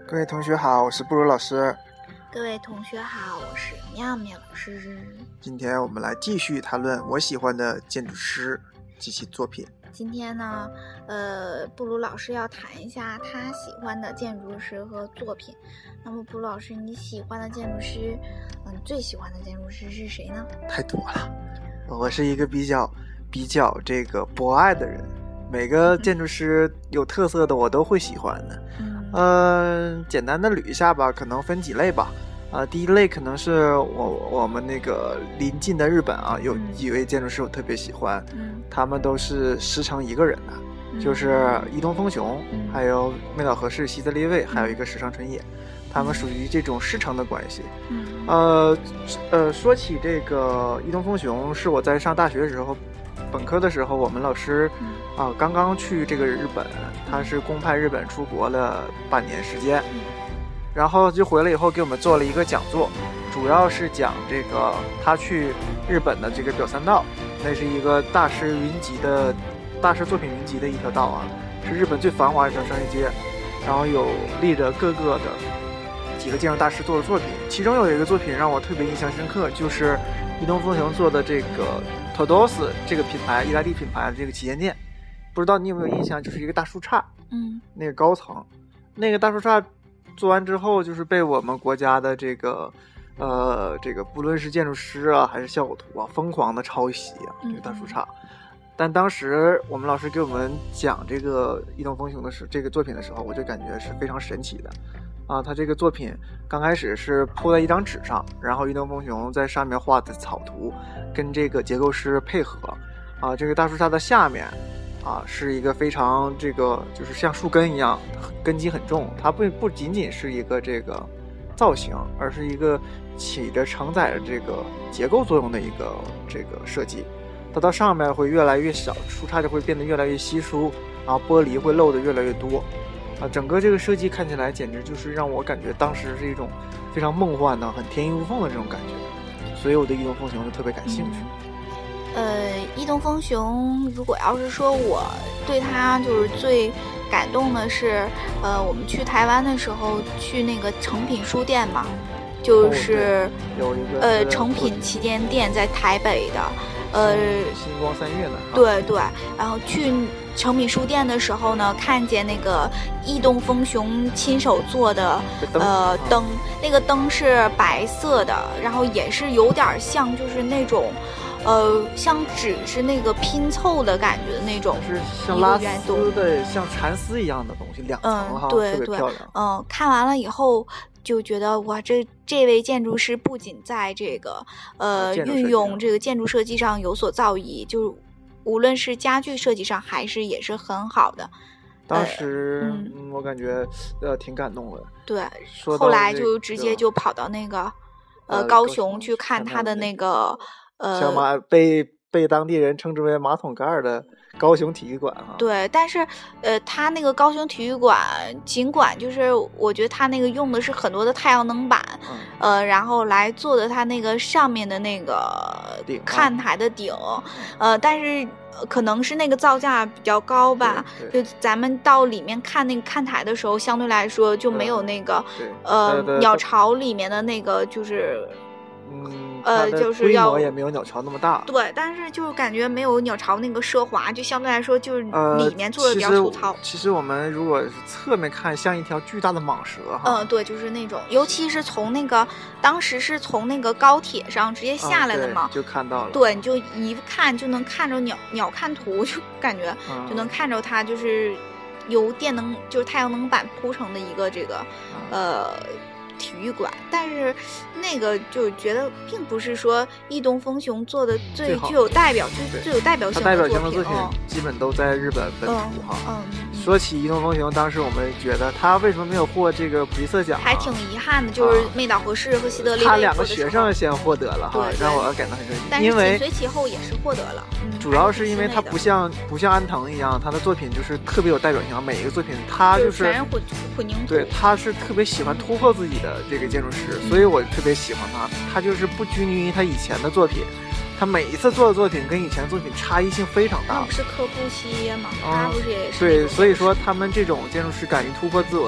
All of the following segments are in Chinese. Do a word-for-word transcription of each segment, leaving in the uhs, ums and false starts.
各位同学好，我是布鲁老师。 各位同学好，我是妙妙老师。 今天我们来继续谈论我喜欢的建筑师及其作品。 今天呢，呃，布鲁老师要谈一下他喜欢的建筑师和作品。那么，布鲁老师，你喜欢的建筑师，嗯，最喜欢的建筑师是谁呢？ 太多了，我是一个比较比较这个博爱的人，每个建筑师有特色的我都会喜欢的。嗯。呃，简单的捋一下吧，可能分几类吧。啊、呃，第一类可能是我我们那个临近的日本啊，有几位建筑师我特别喜欢，嗯、他们都是师承一个人的，嗯、就是伊东丰雄，嗯、还有妹岛和世、西泽立卫，还有一个石上纯也，他们属于这种师承的关系。嗯、呃呃，说起这个伊东丰雄，是我在上大学的时候，本科的时候，我们老师。嗯啊，刚刚去这个日本，他是公派日本出国了半年时间，然后就回来以后给我们做了一个讲座，主要是讲这个他去日本的这个表参道，那是一个大师云集的大师作品云集的一条道啊，是日本最繁华的一条商业街，然后有立着各个的几个建筑大师做的作品，其中有一个作品让我特别印象深刻，就是伊东丰雄做的这个 Todos 这个品牌，意大利品牌的这个旗舰店。不知道你有没有印象，就是一个大树杈，嗯，那个高层，那个大树杈做完之后，就是被我们国家的这个，呃，这个不论是建筑师啊，还是效果图啊，疯狂的抄袭啊，这个大树杈。嗯、但当时我们老师给我们讲这个伊东丰雄的时这个作品的时候，我就感觉是非常神奇的，啊，他这个作品刚开始是铺在一张纸上，然后伊东丰雄在上面画的草图，跟这个结构师配合，啊，这个大树杈的下面。啊，是一个非常这个就是像树根一样，根基很重。它不不仅仅是一个这个造型，而是一个起着承载着这个结构作用的一个这个设计。它到上面会越来越小，树杈就会变得越来越稀疏，然后玻璃会漏得越来越多。啊，整个这个设计看起来简直就是让我感觉当时是一种非常梦幻的、很天衣无缝的这种感觉。所以我对伊东丰雄就特别感兴趣。嗯呃，伊东丰雄，如果要是说我对他就是最感动的是，呃，我们去台湾的时候去那个诚品书店嘛，就是有一个呃诚品旗舰店在台北的，呃， 星光三月呢。 对对，然后去诚品书店的时候呢，看见那个伊东丰雄亲手做的呃灯，那个灯是白色的，然后也是有点像就是那种。呃，像纸是那个拼凑的感觉的那种， 是像拉丝的，像蚕丝一样的东西，两层哈， 嗯，对特别漂亮。 嗯，看完了以后就觉得哇，这这位建筑师不仅在这个呃运用这个建筑设计上有所造诣，就无论是家具设计上还是也是很好的。 当时、呃嗯、我感觉呃挺感动的。 对， 说后来就直接就跑到那个呃高雄去看他的那个。呃， 小马被被当地人称之为马桶盖的高雄体育馆啊。 对，但是呃，他那个高雄体育馆，尽管就是我觉得他那个用的是很多的太阳能板，嗯、呃，然后来做的他那个上面的那个看台的顶，啊、呃，但是可能是那个造价比较高吧，就咱们到里面看那个看台的时候，相对来说就没有那个、嗯、呃鸟巢里面的那个就是。 嗯， 呃，就是要规模也没有鸟巢那么大， 对，但是就感觉没有鸟巢那个奢华，就相对来说就是里面做的比较粗糙。 呃、其, 实其实我们如果是侧面看，像一条巨大的蟒蛇哈。 嗯、呃，对，就是那种，尤其是从那个当时是从那个高铁上直接下来的嘛， 啊、就看到了。 对，你就一看就能看着鸟鸟瞰图，就感觉就能看着它就是由电能就是太阳能板铺成的一个这个、嗯、呃。体育馆，但是那个就觉得并不是说伊东丰雄做的最具有代表最最有代表性的作品， 代表性的作品、哦、基本都在日本本土哈。 嗯， 嗯说起伊东丰雄，当时我们觉得他为什么没有获这个普利策奖、啊， 还挺遗憾的，就是妹岛和世和西德利卫、 啊、他两个学生先获得了哈，让我感到很生气。 但是紧随其后也是获得了， 嗯、主要是因为他不像不像安藤一样，他的作品就是特别有代表性，每一个作品他就是全是混混凝土， 对，他是特别喜欢突破自己的这个建筑师。所以我特别喜欢他，他就是不拘泥于他以前的作品，他每一次做的作品跟以前的作品差异性非常大。 他不是科布西耶吗？ 嗯、 他不是也是对，所以说他们这种建筑师敢于突破自我，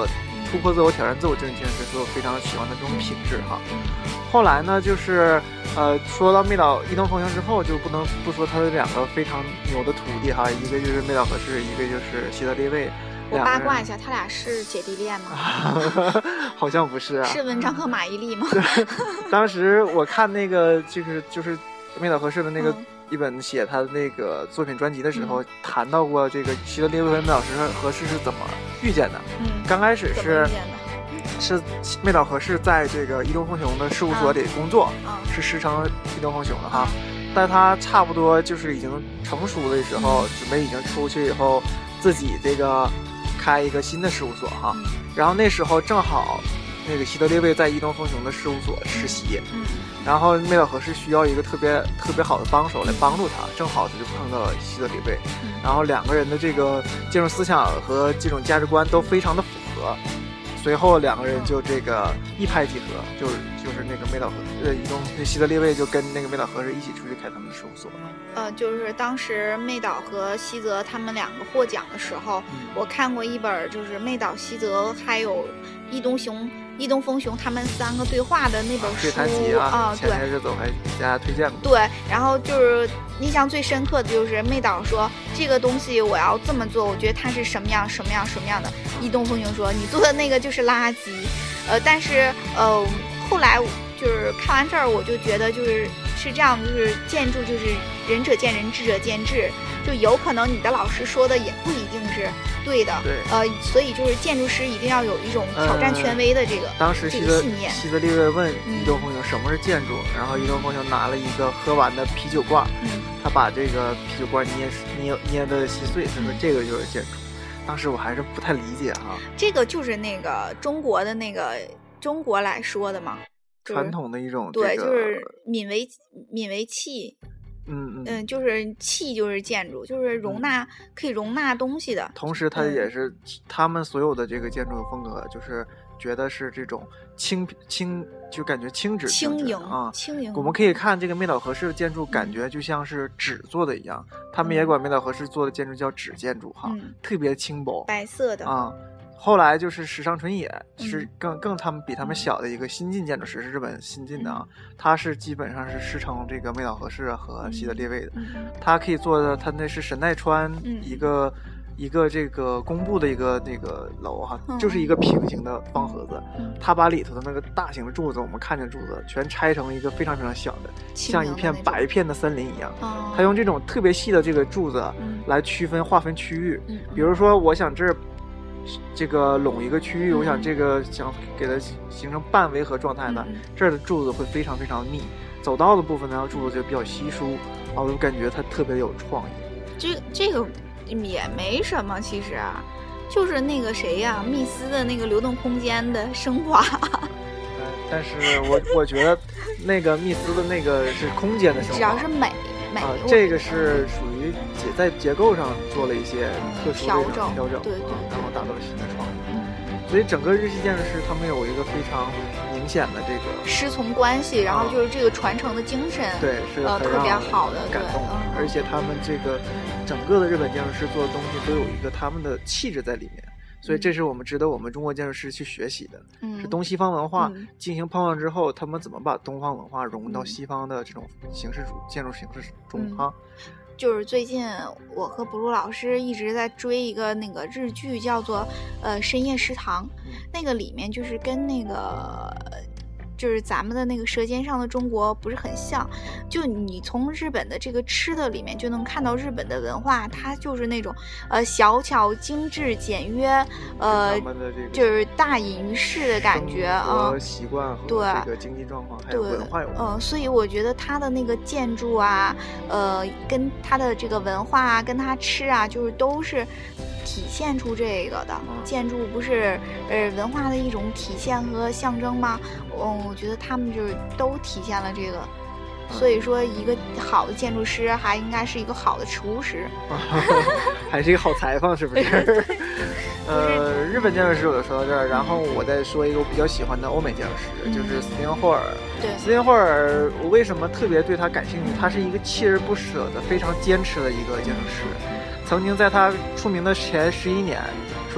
突破自我、挑战自我这种精神是我非常喜欢的这种品质哈。后来呢，就是呃，说到妹岛伊东丰雄之后，就不能不说他的两个非常牛的徒弟哈，一个就是妹岛和世，一个就是西泽立卫。 我八卦一下，他俩是姐弟恋吗？ 好像不是啊。 是文章和马伊琍吗？ 当时我看那个就是就是妹岛和世的那个一本写他的那个作品专辑的时候，嗯、谈到过这个西泽立卫和妹岛和世是怎么遇见的。 嗯， 刚开始是是妹岛和世在这个伊东丰雄的事务所里工作， 嗯、 是师承伊东丰雄的哈。但他差不多就是已经成熟的时候，嗯、准备已经出去以后，自己这个。开一个新的事务所哈，然后那时候正好那个西泽立卫在伊东丰雄的事务所实习， 嗯， 然后妹岛和世需要一个特别特别好的帮手来帮助他，正好他就碰到了西泽立卫，然后两个人的这个建筑思想和这种价值观都非常的符合，随后两个人就这个一拍即合，就是就是那个妹岛和呃伊东那西泽立卫就跟那个妹岛和世一起出去开他们的事务所。 呃，就是当时妹岛和西泽他们两个获奖的时候， 嗯、 我看过一本，就是妹岛、西泽还有伊东雄、伊东丰雄他们三个对话的那本书对谈集啊， 啊， 前些日子我还给大家推荐过。 对，然后就是印象最深刻的就是妹岛说这个东西我要这么做，我觉得它是什么样什么样什么样的。伊东丰雄说你做的那个就是垃圾，呃，但是呃后来就是看完这儿我就觉得就是是这样，就是建筑就是仁者见仁，智者见智，就有可能你的老师说的也不一定是对的， 对， 呃，所以就是建筑师一定要有一种挑战权威的这个、 呃、当时这个信念。 西泽立卫问伊东丰雄什么是建筑，嗯、然后伊东丰雄拿了一个喝完的啤酒罐， 嗯， 他把这个啤酒罐捏捏捏的稀碎，他说这个就是建筑。当时我还是不太理解哈， 这个就是那个中国的那个中国来说的嘛。 传统的一种、这个、 对，就是闽为闽为器， 嗯嗯嗯，就是器就是建筑，就是容纳、嗯、可以容纳东西的。 同时，它也是、嗯、他们所有的这个建筑风格，就是觉得是这种轻轻，就感觉轻质轻盈啊， 轻盈。 我们可以看这个妹岛和世的建筑，感觉就像是纸做的一样，嗯、他们也管妹岛和世做的建筑叫纸建筑哈， 嗯、 特别轻薄， 白色的啊。后来就是石上纯也是更更他们比他们小的一个新晋建筑师，是日本新晋的啊，他是基本上是师承这个妹岛和世和西泽立卫的，他可以做的，他那是神奈川一个一个这个工部的一个那个楼哈，就是一个平行的方盒子，他把里头的那个大型的柱子，我们看见柱子全拆成一个非常非常小的，像一片白片的森林一样，他用这种特别细的这个柱子来区分划分区域，比如说我想这儿这个拢一个区域，我想这个想给它形成半围合状态呢，这儿的柱子会非常非常密，走道的部分呢柱子就比较稀疏啊，我就感觉它特别有创意。 这这个也没什么，其实啊，就是那个谁呀、啊，密斯的那个流动空间的升华。 嗯，但是我我觉得那个密斯的那个是空间的升华， 只要是美。 啊，这个是属于结在结构上做了一些特殊的调整， 调整， 对对， 然后达到了新的创意。 嗯， 所以整个日系建筑师他们有一个非常明显的这个师从关系，然后就是这个传承的精神， 对，是呃特别好的感动的。而且他们这个整个的日本建筑师做的东西都有一个他们的气质在里面。所以这是我们值得我们中国建筑师去学习的，嗯、是东西方文化进行碰撞之后，嗯、他们怎么把东方文化融到西方的这种形式主建筑形式中哈、 嗯。就是最近我和布鲁老师一直在追一个那个日剧，叫做呃深夜食堂，嗯、那个里面就是跟那个。就是咱们的那个《舌尖上的中国》不是很像，就你从日本的这个吃的里面就能看到日本的文化，它就是那种呃小巧精致简约，呃就是大隐于市的感觉啊， 习惯和这个经济状况还有文化有关。 嗯、呃，所以我觉得它的那个建筑啊，呃，跟它的这个文化啊，跟它吃啊，就是都是。体现出这个的建筑不是呃文化的一种体现和象征吗？嗯，我觉得他们就是都体现了这个。所以说，一个好的建筑师还应该是一个好的厨师， 还是一个好裁缝，是不是？呃，日本建筑师我就说到这儿，然后我再说一个我比较喜欢的欧美建筑师，嗯、就是斯汀霍尔。 对， 斯汀霍尔，我为什么特别对他感兴趣？他是一个锲而不舍的、非常坚持的一个建筑师。曾经在他出名的前十一年，说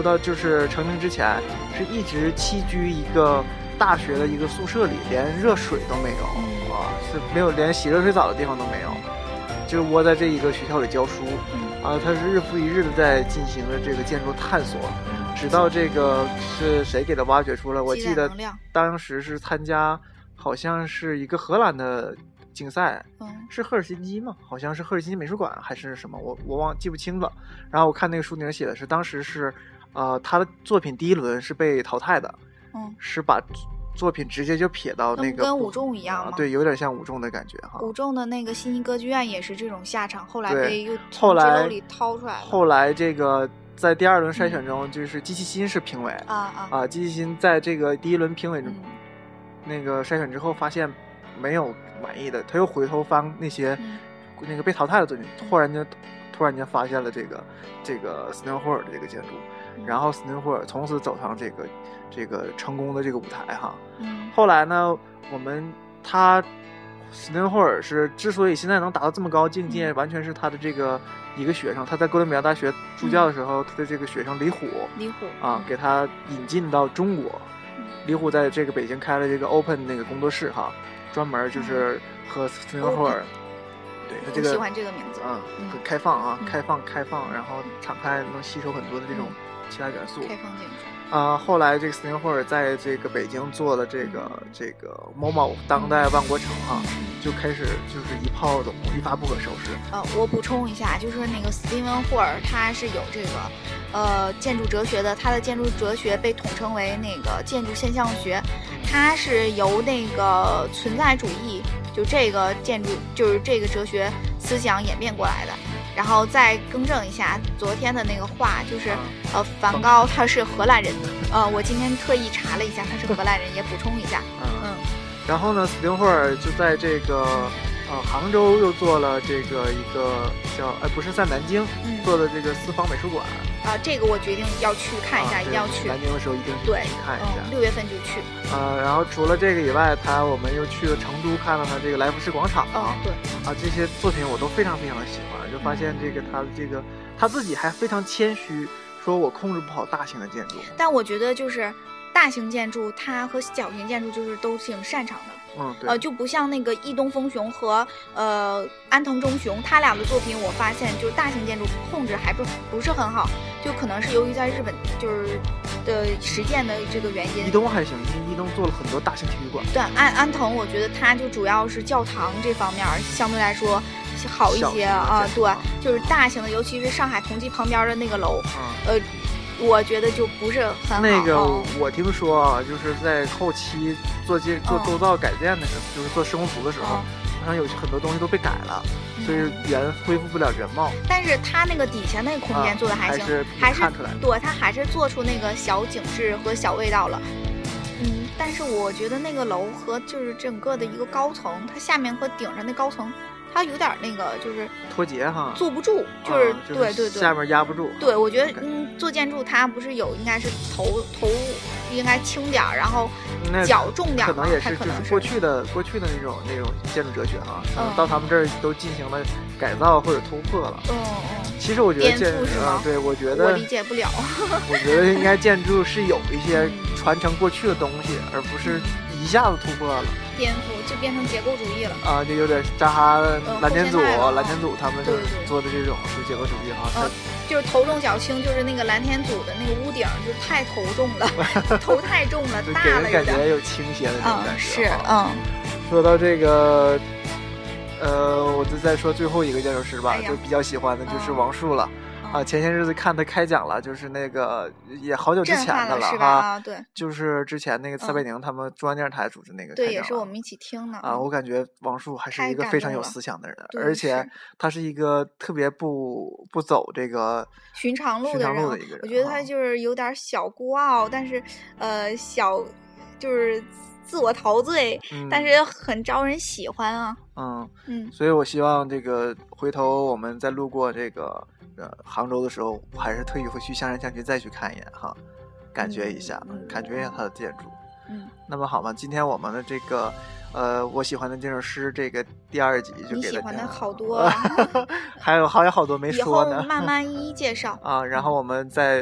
说到就是成名之前是一直栖居一个大学的一个宿舍里，连热水都没有啊，是没有连洗热水澡的地方都没有，就是窝在这一个学校里教书啊。他是日复一日的在进行着这个建筑探索，直到这个是谁给他挖掘出来？我记得当时是参加好像是一个荷兰的竞赛，嗯，是赫尔辛基吗？好像是赫尔辛基美术馆还是什么，我我忘记不清了。然后我看那个书名写的是当时是呃他的作品第一轮是被淘汰的，嗯，是把作品直接就撇到那个跟武仲一样吗？ 啊？对，有点像武仲的感觉哈。 武仲的那个悉尼歌剧院也是这种下场，后来被又从结构里掏出来了。 后来这个在第二轮筛选中，就是季其新是评委、 嗯、啊啊啊！季其新在这个第一轮评委中、嗯、那个筛选之后，发现没有满意的，他又回头翻那些、嗯、那个被淘汰的作品，突然间突然间发现了这个这个斯内霍尔的这个建筑。然后斯内霍尔从此走上这个这个成功的这个舞台哈。嗯，后来呢，我们他斯内霍尔是之所以现在能达到这么高境界，嗯、完全是他的这个一个学生，他在哥伦比亚大学助教的时候，嗯、他的这个学生李虎， 李虎啊，给他引进到中国。嗯、李虎在这个北京开了这个 Open 那个工作室哈，专门就是和斯内霍尔。对他这个喜欢这个名字， 嗯，很开放啊，嗯、开放开放，然后敞开，能吸收很多的这种其他元素。 开放建筑啊、呃，后来这个斯内霍尔在这个北京做了这个这个某某当代万国城啊，就开始就是一炮走红，一发不可收拾。 呃，我补充一下，就是那个斯蒂文霍尔他是有这个呃建筑哲学的，他的建筑哲学被统称为那个建筑现象学，它是由那个存在主义。就这个建筑就是这个哲学思想演变过来的，然后再更正一下昨天的那个话，就是呃梵高他是荷兰人，呃我今天特意查了一下他是荷兰人，也补充一下。嗯嗯。 然后呢，斯汀霍尔就在这个呃杭州又做了这个一个叫哎不是在南京、嗯、做的这个四方美术馆。 啊，这个我决定要去看一下，啊、一定要去。 南京的时候一定对去看一下。 六、嗯、月份就去。 呃，然后除了这个以外，他我们又去了成都，看了他这个来福士广场。 哦，对。 啊，这些作品我都非常非常的喜欢，就发现这个他的这个他自己还非常谦虚，说我控制不好大型的建筑。 但我觉得就是大型建筑，它和小型建筑就是都挺擅长的。 嗯，对， 呃，就不像那个伊东丰雄和呃安藤忠雄，他俩的作品，我发现就是大型建筑控制还不不是很好，就可能是由于在日本就是的实践的这个原因。 伊东还行，因为伊东做了很多大型体育馆。 对，安安藤，我觉得他就主要是教堂这方面相对来说好一些啊、呃，对，就是大型的，尤其是上海同济旁边的那个楼，嗯、呃。我觉得就不是很好。 那个我听说啊，就是在后期做建做构造改建的时候，嗯、就是做施工图的时候，好像有很多东西都被改了，嗯、所以原恢复不了原貌。 但是它那个底下那个空间做的还行， 啊、 还是看出来， 对，它还是做出那个小景致和小味道了。嗯，但是我觉得那个楼和就是整个的一个高层，它下面和顶上那高层。它有点那个就是脱节哈， 坐不住，就是、 啊、 对对对， 下面压不住。 对，我觉得嗯，做建筑它不是有应该是头头应该轻点儿，然后脚重点儿， 可能也是可能就是过去的过去的那种那种建筑哲学哈，嗯，到他们这儿都进行了改造或者突破了。 嗯嗯。 其实我觉得建筑啊，对，我觉得我理解不了。 我觉得应该建筑是有一些传承过去的东西，而不是一下子突破了。 颠覆就变成结构主义了啊，就有点扎哈、蓝田组、 嗯、 蓝田组他们做的这种是结构主义哈、 嗯，就是头重脚轻，就是那个蓝田组的那个屋顶就太头重了，头太重了，大了给人感觉有倾斜的那种感觉。 嗯、是嗯。 说到这个，呃，我就再说最后一个建筑师吧， 哎、 就比较喜欢的就是王树了。嗯啊，前些日子看他开讲了，就是那个也好久之前的了哈， 啊，对， 就是之前那个蔡贝宁他们中央电视台组织那个开讲、 嗯，对，也是我们一起听的啊。我感觉王树还是一个非常有思想的人，而且他是一个特别不不走这个寻常路的人， 的一个人。 我觉得他就是有点小孤傲，但是呃小就是自我陶醉、嗯，但是很招人喜欢啊。 嗯嗯， 所以我希望这个回头我们在路过这个。呃，杭州的时候，我还是特意会去香山巷区再去看一眼哈，感觉一下， 嗯、 感觉一下它的建筑。 嗯， 那么好吧，今天我们的这个呃，我喜欢的建筑师这个第二集就给大家。 你喜欢的好多、啊， 还有还有好多没说呢， 以后慢慢一一介绍啊。然后我们再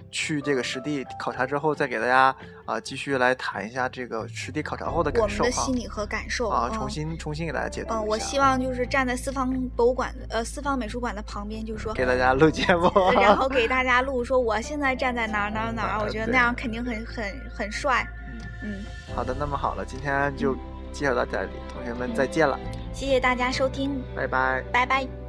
去这个实地考察之后，再给大家啊、呃、继续来谈一下这个实地考察后的感受， 我们的心理和感受啊，重新、嗯、重新给大家解读一下。 嗯，我希望就是站在四方博物馆呃四方美术馆的旁边，就是说给大家录节目， 然后给大家录说我现在站在哪儿哪儿哪儿，我觉得那样肯定很很很帅。嗯， 好的，那么好了，今天就介绍到这里，同学们再见了， 谢谢大家收听， 拜拜， 拜拜。